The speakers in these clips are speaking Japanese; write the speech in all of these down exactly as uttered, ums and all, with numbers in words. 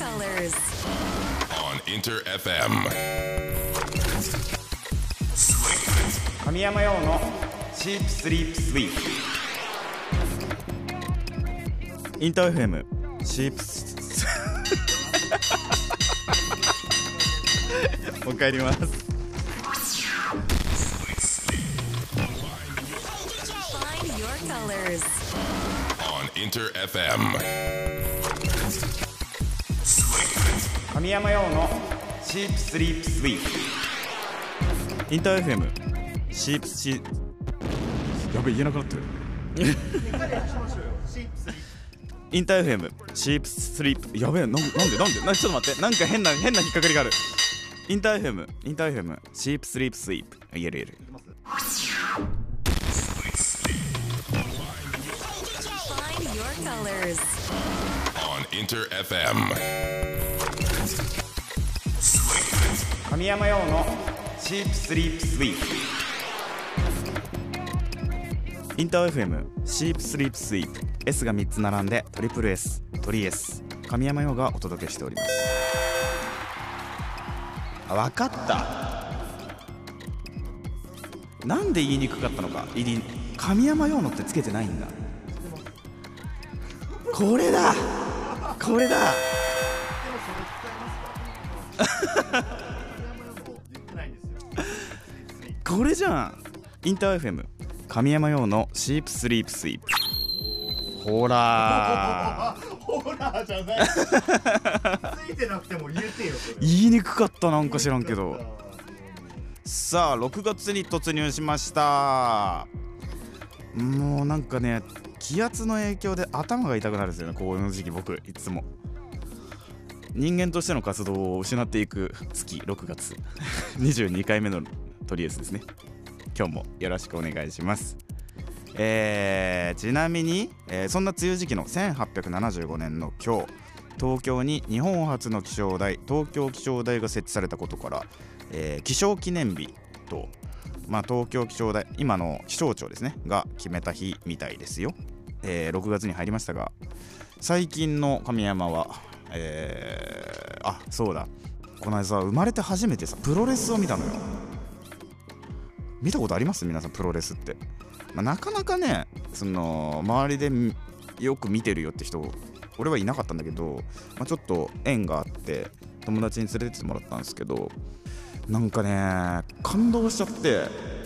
colors on Inter エフエム。 神山用のシープスリープスイープ。インター エフエム シープスもう一回やります。 Find your colors on Inter エフエム。 神山用のシープスリープスイープ。インター エフエム シープスシやべ言えなくなってるインター エフエム シープスリープやべえなんなんでなんでなちょっと待ってなんか変な変な引っかかりがある。インター エフエム インター エフエム シープスリープスイープ言える言える。 Find your colors on Inter エフエム。 神山用のシープスリープスイープ。インター エフエム シープスリープスイープ S がみっつ並んでトリプル S トリ S 神山用がお届けしております。あ、分かった。なんで言いにくかったのか。入り神山用のってつけてないんだ。これだこれだこれじゃん。インター エフエム 神山用のシープスリープスイープ。ほらーホラーじゃないついてなくても言えてよ。 言いにくかったなんか知らんけど。さあろくがつに突入しました。もうなんかね気圧の影響で頭が痛くなるんですよね。こういう時期僕いつも人間としての活動を失っていく月ろくがつにじゅうにかいめのトリエスですね。今日もよろしくお願いします。えー、ちなみに、えー、そんな梅雨時期のせんはっぴゃくななじゅうごねんの今日、東京に日本初の気象台東京気象台が設置されたことから、えー、気象記念日と、まあ、東京気象台今の気象庁ですねが決めた日みたいですよ。えー、ろくがつに入りましたが最近の神山は、えー、あそうだこの間さ生まれて初めてさプロレスを見たのよ。見たことあります皆さんプロレスって。まあ、なかなかねその周りでよく見てるよって人俺はいなかったんだけど、まあ、ちょっと縁があって友達に連れてってもらったんですけどなんかね感動しちゃって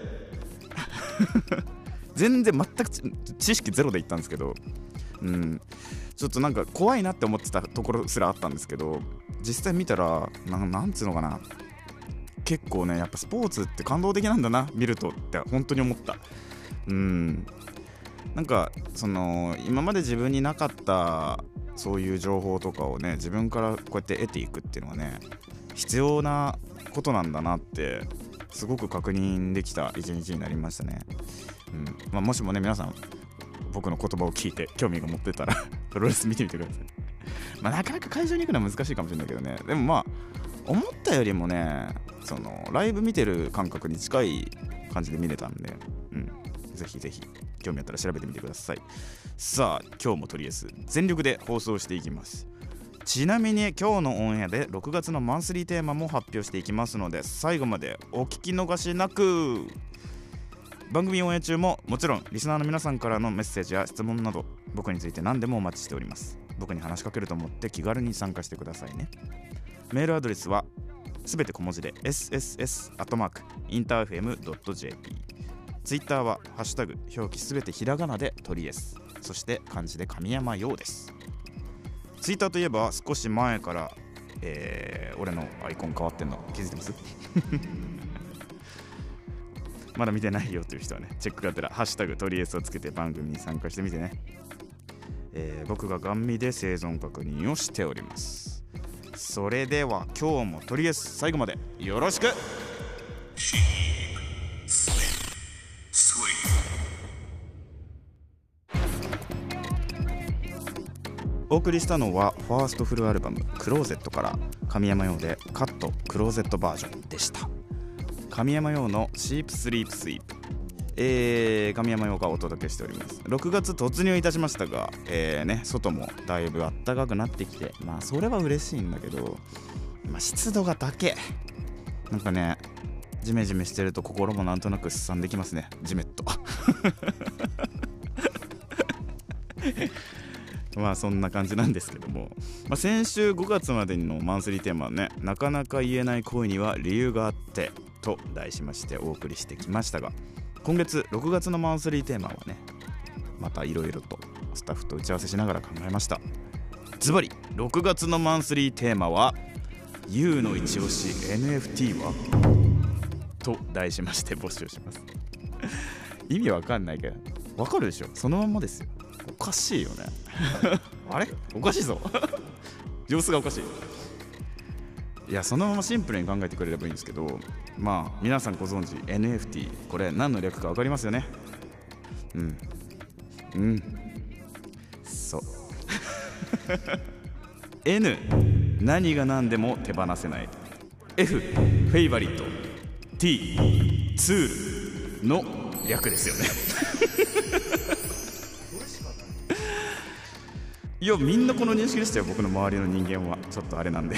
全然全く知識ゼロで行ったんですけど、うん、ちょっとなんか怖いなって思ってたところすらあったんですけど実際見たら な, なんつうのかな結構ねやっぱスポーツって感動的なんだな見るとって本当に思った。うんなんかその今まで自分になかったそういう情報とかをね自分からこうやって得ていくっていうのはね必要なことなんだなってすごく確認できた一日になりましたね。うんまあ、もしもね皆さん僕の言葉を聞いて興味が持ってたらプロレス見てみてください。まあなかなか会場に行くのは難しいかもしれないけどねでもまあ思ったよりもねそのライブ見てる感覚に近い感じで見れたんで、うん、ぜひぜひ興味あったら調べてみてください。さあ今日もとりあえず全力で放送していきます。ちなみに今日のオンエアでろくがつのマンスリーテーマも発表していきますので最後までお聞き逃しなく。番組オンエア中ももちろんリスナーの皆さんからのメッセージや質問など僕について何でもお待ちしております。僕に話しかけると思って気軽に参加してくださいね。メールアドレスはすべて小文字で エスエスエス アットマーク インターエフエム ドット ジェーピー。 ツイッターはハッシュタグ表記すべてひらがなでトリエスそして漢字で神山陽です。ツイッターといえば少し前から、えー、俺のアイコン変わってんの気づいてますまだ見てないよという人はねチェックがてらハッシュタグトリエスをつけて番組に参加してみてね。えー、僕がガン見で生存確認をしております。それでは今日もとりあえず最後までよろしく。お送りしたのはファーストフルアルバムクローゼットから神山用でカットクローゼットバージョンでした。神山用のシープスリープスイープ、 えー、神山陽がお届けしております。ろくがつ突入いたしましたが、えーね、外もだいぶ暖かくなってきて、まあそれは嬉しいんだけど、まあ、湿度がだけなんかね、ジメジメしてると心もなんとなくすさんできますね、ジメッとまあそんな感じなんですけども、まあ、先週ごがつまでのマンスリーテーマはね、なかなか言えない恋には理由があってと題しましてお送りしてきましたが、今月ろくがつのマンスリーテーマはね、またいろいろとスタッフと打ち合わせしながら考えました。ズバリろくがつのマンスリーテーマは ユー の一押し エヌエフティー はと題しまして募集します意味わかんないけどわかるでしょ、そのまんまですよ。おかしいよねあれおかしいぞ様子がおかしい。いや、そのままシンプルに考えてくれればいいんですけど、まあ皆さんご存知 エヌエフティー、 これ何の略か分かりますよね。うんうんそうN 何が何でも手放せない、 F フェイバリット、 T ツールの略ですよねいや、みんなこの認識でしたよ、僕の周りの人間は。ちょっとあれなんで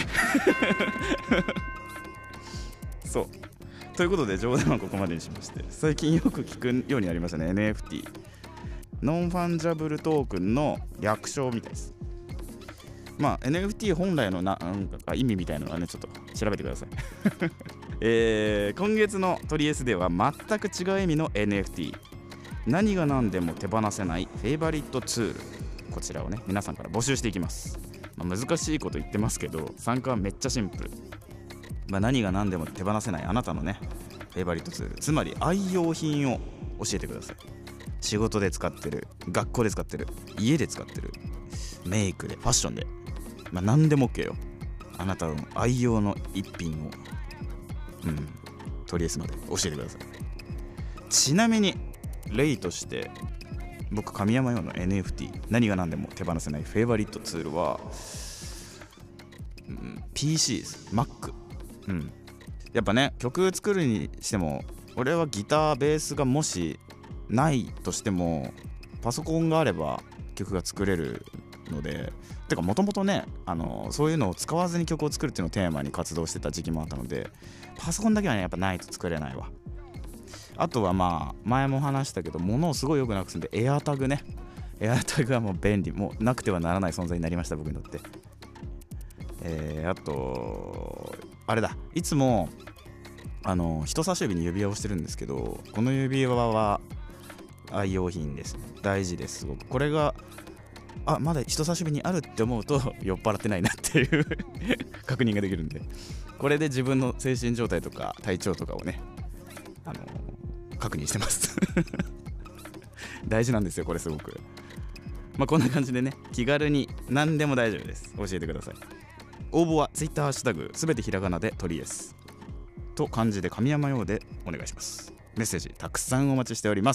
そうということで、冗談はここまでにしまして、最近よく聞くようになりましたね、 エヌエフティー、 ノンファンジャブルトークンの略称みたいです。まあ エヌエフティー 本来のななんか意味みたいなのはね、ちょっと調べてくださいえー、今月のトリエスでは全く違う意味の エヌエフティー、 何が何でも手放せないフェイバリットツール、こちらをね皆さんから募集していきます。まあ、難しいこと言ってますけど、参加はめっちゃシンプル。まあ、何が何でも手放せないあなたのねフェイバリットツール、つまり愛用品を教えてください。仕事で使ってる、学校で使ってる、家で使ってる、メイクで、ファッションで、まあ何でも OK よ。あなたの愛用の一品をうんトリエスまで教えてください。ちなみに例として僕神山用の エヌエフティー、 何が何でも手放せないフェイバリットツールは、うん、ピーシー です。 Mac、うん、やっぱね曲作るにしても、俺はギターベースがもしないとしてもパソコンがあれば曲が作れるので、てかもともとねあのそういうのを使わずに曲を作るっていうのをテーマに活動してた時期もあったので、パソコンだけはねやっぱないと作れないわ。あとはまあ前も話したけど、物をすごいよくなくすんでエアタグね、エアタグはもう便利、もうなくてはならない存在になりました、僕にとって。えー、あとあれだ、いつもあの人差し指に指輪をしてるんですけど、この指輪は愛用品ですね、大事です。僕これがあまだ人差し指にあるって思うと酔っ払ってないなっていう確認ができるんで、これで自分の精神状態とか体調とかをねあの確認してます大事なんですよこれすごく。まあこんな感じでね、気軽に何でも大丈夫です、教えてください。応募は Twitter ハッシュタグすべてひらがなでトリエスと漢字で神山用でお願いします。メッセージたくさんお待ちしております。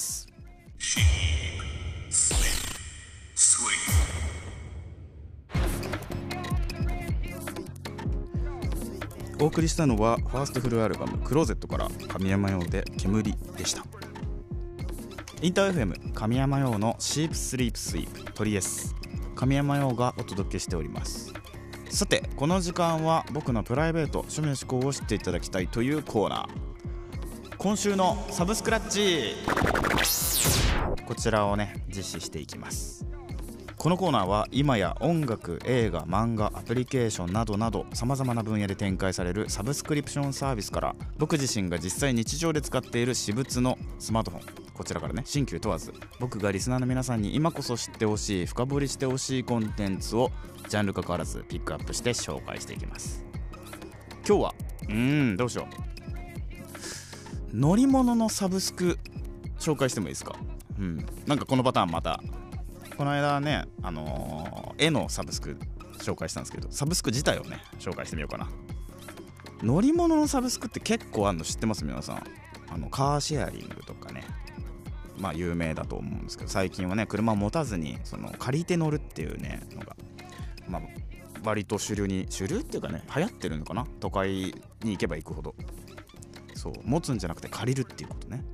お送りしたのはファーストフルアルバムクローゼットから神山用で煙でした。インター エフエム 神山用のシープスリープスイープトリエス、神山用がお届けしております。さてこの時間は僕のプライベート趣味嗜好を知っていただきたいというコーナー、今週のサブスクラッチ、こちらをね実施していきます。このコーナーは今や音楽、映画、漫画、アプリケーションなどなどさまざまな分野で展開されるサブスクリプションサービスから、僕自身が実際日常で使っている私物のスマートフォン、こちらからね新旧問わず僕がリスナーの皆さんに今こそ知ってほしい、深掘りしてほしいコンテンツをジャンル関わらずピックアップして紹介していきます。今日はうーんどうしよう、乗り物のサブスク紹介してもいいですか。うん、なんかこのパターンまたこの間ね、あのー、絵のサブスク紹介したんですけど、サブスク自体をね紹介してみようかな。乗り物のサブスクって結構あるの知ってます皆さん。あのカーシェアリングとかね、まあ有名だと思うんですけど、最近はね車を持たずにその借りて乗るっていうねのが、まあ割と主流に主流っていうかね流行ってるのかな。都会に行けば行くほどそう持つんじゃなくて借りるっていうことね。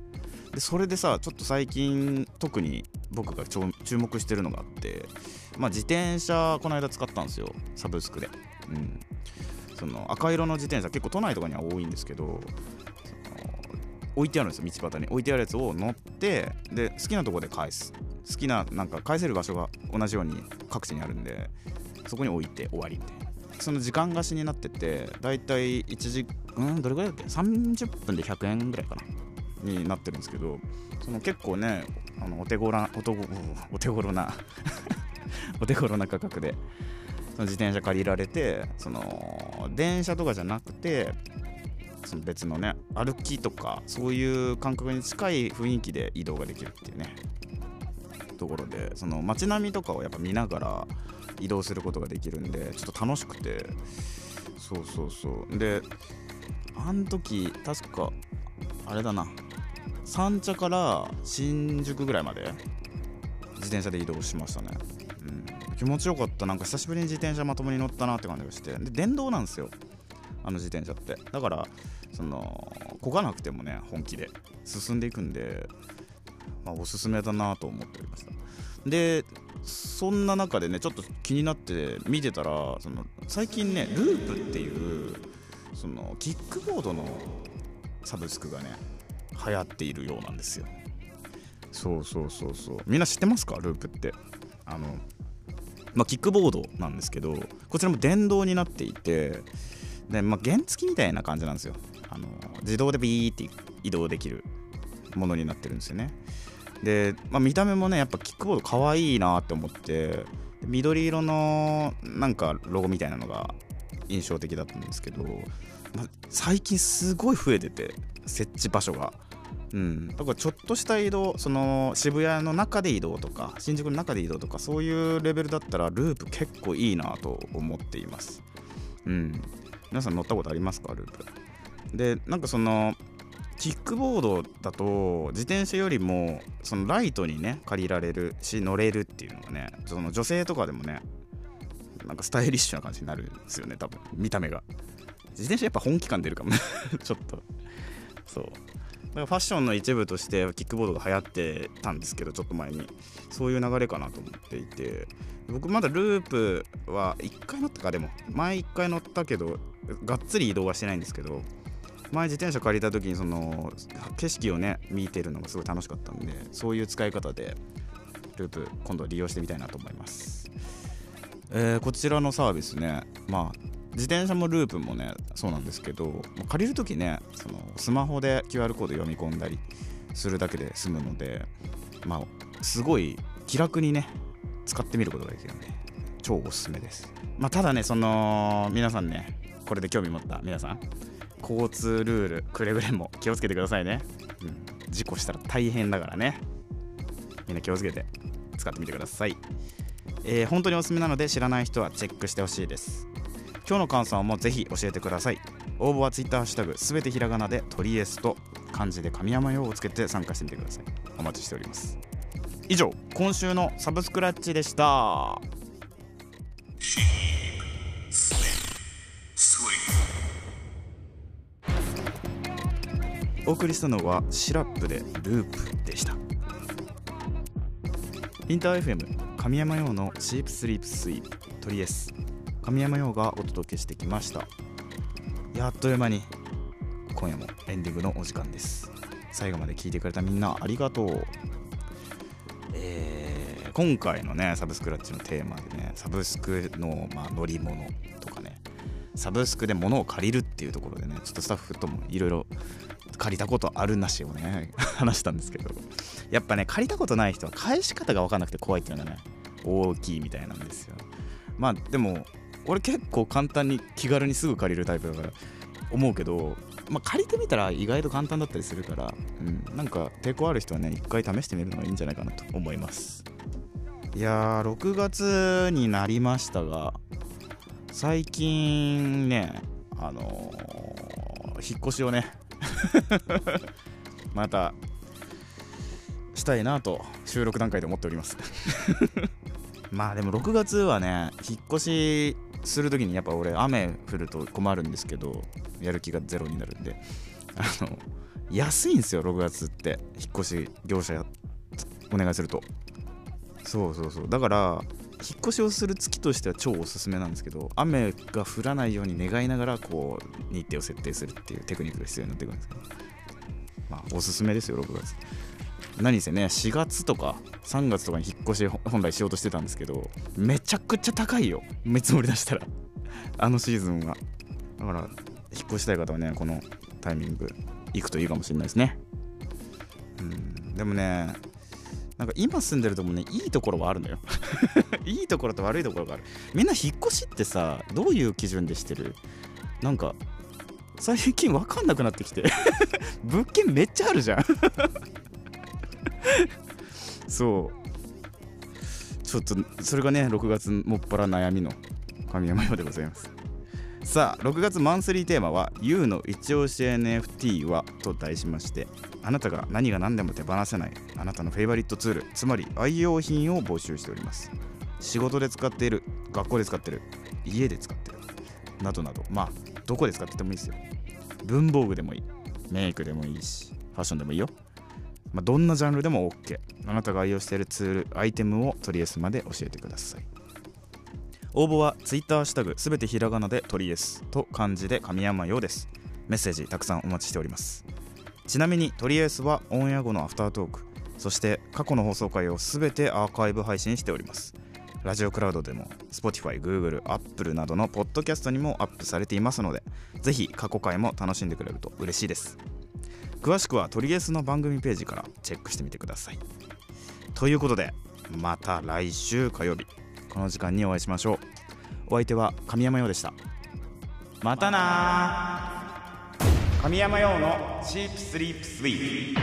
でそれでさ、ちょっと最近特に僕がちょ注目してるのがあって、まあ、自転車この間使ったんですよ、サブスクで。うん、その赤色の自転車結構都内とかには多いんですけど、その置いてあるんですよ、道端に置いてあるやつを乗って、で好きなとこで返す、好きななんか返せる場所が同じように各地にあるんで、そこに置いて終わりみたいな。その時間貸しになってて、だいたいいちじうんどれぐらいだっけ、さんじゅっぷんでひゃくえんぐらいかなになってるんですけど、その結構ね、あのお手頃なおとお手頃なお手頃な価格でその自転車借りられて、その電車とかじゃなくて、その別のね、歩きとかそういう感覚に近い雰囲気で移動ができるっていうねところで、その街並みとかをやっぱ見ながら移動することができるんで、ちょっと楽しくて、そうそうそうで、あの時確かあれだな、三茶から新宿ぐらいまで自転車で移動しましたね。うん、気持ちよかった。なんか久しぶりに自転車まともに乗ったなって感じがして、で電動なんですよ、あの自転車って。だからその漕がなくてもね、本気で進んでいくんで、まあ、おすすめだなと思っておりました。でそんな中でね、ちょっと気になって見てたら、その最近ね、ループっていうそのキックボードのサブスクがね流行っているようなんですよ。そうそうそうそう、みんな知ってますか、ループって。あのまあキックボードなんですけど、こちらも電動になっていて、でまあ原付みたいな感じなんですよ。あの自動でビーって移動できるものになってるんですよね。で、まあ、見た目もね、やっぱキックボード可愛いなって思って、緑色のなんかロゴみたいなのが印象的だったんですけど、まあ、最近すごい増えてて、設置場所が、うん、だからちょっとした移動、その渋谷の中で移動とか新宿の中で移動とか、そういうレベルだったらループ結構いいなと思っています。うん、皆さん乗ったことありますか、ループ。でなんかそのキックボードだと自転車よりもそのライトにね借りられるし、乗れるっていうのがね、その女性とかでもね、なんかスタイリッシュな感じになるんですよね、多分見た目が。自転車やっぱ本気感出るかもねちょっとそうだからファッションの一部としてキックボードが流行ってたんですけど、ちょっと前にそういう流れかなと思っていて、僕まだループはいっかい乗ったか、でも前いっかい乗ったけどがっつり移動はしてないんですけど、前自転車借りた時にその景色をね見てるのがすごい楽しかったんで、そういう使い方でループ今度は利用してみたいなと思います。えー、こちらのサービスね、まあ自転車もループもねそうなんですけど、借りる時ね、そのスマホで キューアール コード読み込んだりするだけで済むので、まあすごい気楽にね使ってみることができるので超おすすめです。まあただね、その皆さんね、これで興味持った皆さん、交通ルールくれぐれも気をつけてくださいね。うん、事故したら大変だからね、みんな気をつけて使ってみてください。えー、本当におすすめなので知らない人はチェックしてほしいです。今日の感想もぜひ教えてください。応募はツイッターハッシュタグすべてひらがなでトリエスと漢字で神山用をつけて参加してみてください。お待ちしております。以上、今週のサブスクラッチでした。お送りしたのはシラップでループでした。インター エフエム 神山用のシープスリープスイープトリエス、神山用がお届けしてきました。やっという間に今夜もエンディングのお時間です。最後まで聞いてくれたみんなありがとう。えー、今回のねサブスクラッチのテーマでね、サブスクの、まあ、乗り物とかね、サブスクで物を借りるっていうところでね、ちょっとスタッフともいろいろ借りたことあるなしをね話したんですけど、やっぱね借りたことない人は返し方が分かんなくて怖いっていうのがね大きいみたいなんですよ。まあでも俺結構簡単に気軽にすぐ借りるタイプだから思うけど、まあ、借りてみたら意外と簡単だったりするから、うん、なんか抵抗ある人はね一回試してみるのがいいんじゃないかなと思います。いやーろくがつになりましたが、最近ねあのー、引っ越しをねまたしたいなと収録段階で思っておりますまあでもろくがつはね引っ越しするときにやっぱ俺雨降ると困るんですけど、やる気がゼロになるんで、あの安いんですよろくがつって。引っ越し業者お願いすると。そうそうそう、だから引っ越しをする月としては超おすすめなんですけど、雨が降らないように願いながらこう日程を設定するっていうテクニックが必要になってくるんですけど、まあおすすめですよろくがつ。何せねしがつとかさんがつとかに引っ越し本来しようとしてたんですけど、めちゃくちゃ高いよ見積もり出したらあのシーズンは。だから引っ越したい方はねこのタイミング行くといいかもしれないですね。うん、でもねなんか今住んでるとこもねいいところはあるのよいいところと悪いところがある。みんな引っ越しってさどういう基準でしてる？なんか最近分かんなくなってきて物件めっちゃあるじゃんそうちょっとそれがねろくがつもっぱら悩みの神山用でございます。さあろくがつマンスリーテーマは ユー の一押し エヌエフティー はと題しまして、あなたが何が何でも手放せないあなたのフェイバリットツール、つまり愛用品を募集しております。仕事で使っている、学校で使っている、家で使っているなどなど、まあどこで使っててもいいですよ。文房具でもいい、メイクでもいいしファッションでもいいよ。まあ、どんなジャンルでも OK。 あなたが愛用しているツール、アイテムをトリエスまで教えてください。応募はツイッターハッシュタグすべてひらがなでトリエスと漢字で神山ようです。メッセージたくさんお待ちしております。ちなみにトリエスはオンエア後のアフタートーク、そして過去の放送回をすべてアーカイブ配信しております。ラジオクラウドでも Spotify、Google、Apple などのポッドキャストにもアップされていますので、ぜひ過去回も楽しんでくれると嬉しいです。詳しくはトリエスの番組ページからチェックしてみてください。ということでまた来週火曜日この時間にお会いしましょう。お相手は神山陽でした。またな。神山陽のチープスリープスイー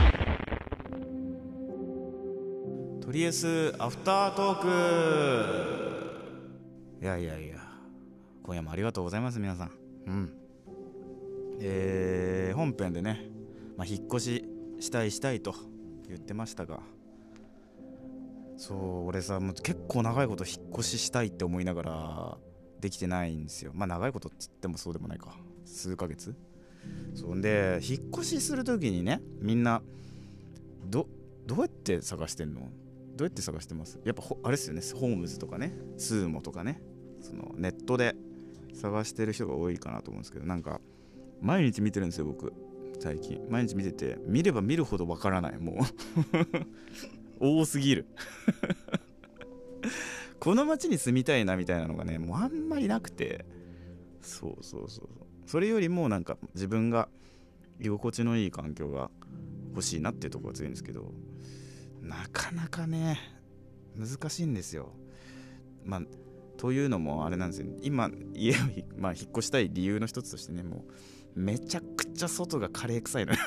ト。とりあえずアフタートーク。いやいやいや今夜もありがとうございます皆さん。うんえー、本編でね、まあ、引っ越ししたいしたいと言ってましたが、そう俺さもう結構長いこと引っ越ししたいって思いながらできてないんですよ。まあ長いことっつってもそうでもないか、数ヶ月。そうで引っ越しするときにね、みんなどどうやって探してんの？どうやって探してます？やっぱあれですよね、ホームズとかね、スーモとかね、そのネットで探してる人が多いかなと思うんですけど、なんか毎日見てるんですよ僕最近。毎日見てて見れば見るほどわからない、もう多すぎるこの街に住みたいなみたいなのがねもうあんまりなくて、そうそうそうそれよりもなんか自分が居心地のいい環境が欲しいなっていうところが強いんですけど、なかなかね難しいんですよ。まあというのもあれなんですよ、今家を、まあ、引っ越したい理由の一つとしてね、もうめちゃくちゃ外がカレー臭いのよ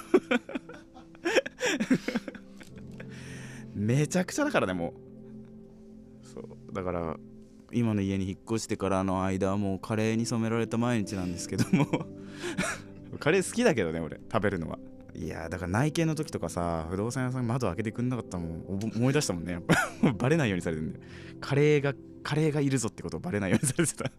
めちゃくちゃだからね、もうそうだから今の家に引っ越してからの間はもうカレーに染められた毎日なんですけどもカレー好きだけどね俺食べるのは。いやだから内見の時とかさ、不動産屋さん窓開けてくんなかったもん思い出したもんね。やっぱバレないようにされてるんで、カレーがカレーがいるぞってことをバレないようにされてた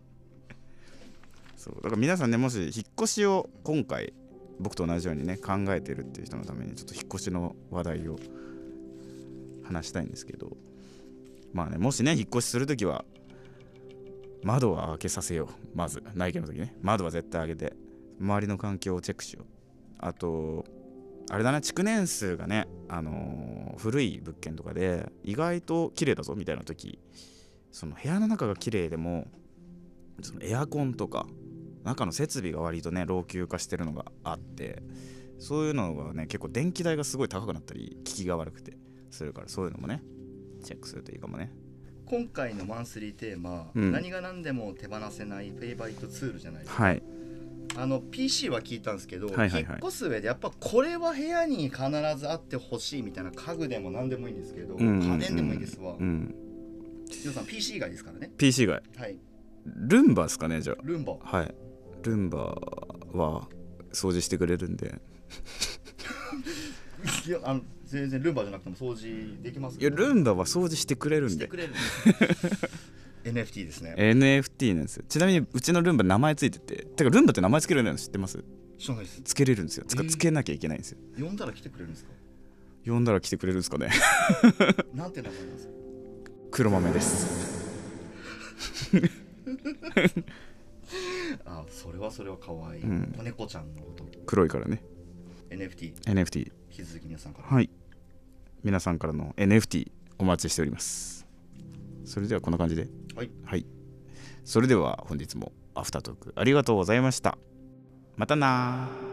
そうだから皆さんね、もし引っ越しを今回僕と同じようにね考えてるっていう人のためにちょっと引っ越しの話題を話したいんですけど、まあね、もしね引っ越しするときは窓は開けさせよう。まず内見の時ね、窓は絶対開けて周りの環境をチェックしよう。あとあれだな、築年数がね、あのー、古い物件とかで意外と綺麗だぞみたいな時、その部屋の中が綺麗でもそのエアコンとか中の設備が割とね老朽化してるのがあって、そういうのがね結構電気代がすごい高くなったり効きが悪くてするから、そういうのもねチェックするといいかもね。 今回のマンスリーテーマ、 うん、 何が何でも手放せないフェイバリットツールじゃないですか。 はい。 あの ピーシー は聞いたんですけど、 はいはいはい、 引っ越す上でやっぱこれは部屋に必ずあってほしいみたいな家具でも何でもいいんですけど、うんうんうん、家電でもいいですわ。うん。皆さん ピーシー 以外ですからね。ピーシー 以外。はい。ルンバですかね、じゃあ。ルンバ。はい。ルンバは掃除してくれるんで。いや、あの全然ルンバじゃなくても掃除できます、ね。いや、ルンバは掃除してくれるんで。してくれるんで。エヌエフティー ですね。エヌエフティー なんですよ。ちなみにうちのルンバ名前ついてて、てかルンバって名前つけるの知ってます？ 知らないです。 つけれるんですよ。つかえーつけなきゃいけないんですよ。 呼んだら来てくれるんですか？ 呼んだら来てくれるんですかね。 なんて名前なんですか？ 黒豆です。 あ、それはそれは可愛い、 うん、 子猫ちゃんのこと黒いからね。 エヌエフティーエヌエフティー引き続き皆さんから、 はい、皆さんからの エヌエフティー お待ちしております。それではこんな感じで、 はい、 はい、それでは本日もアフタートークありがとうございました。またな。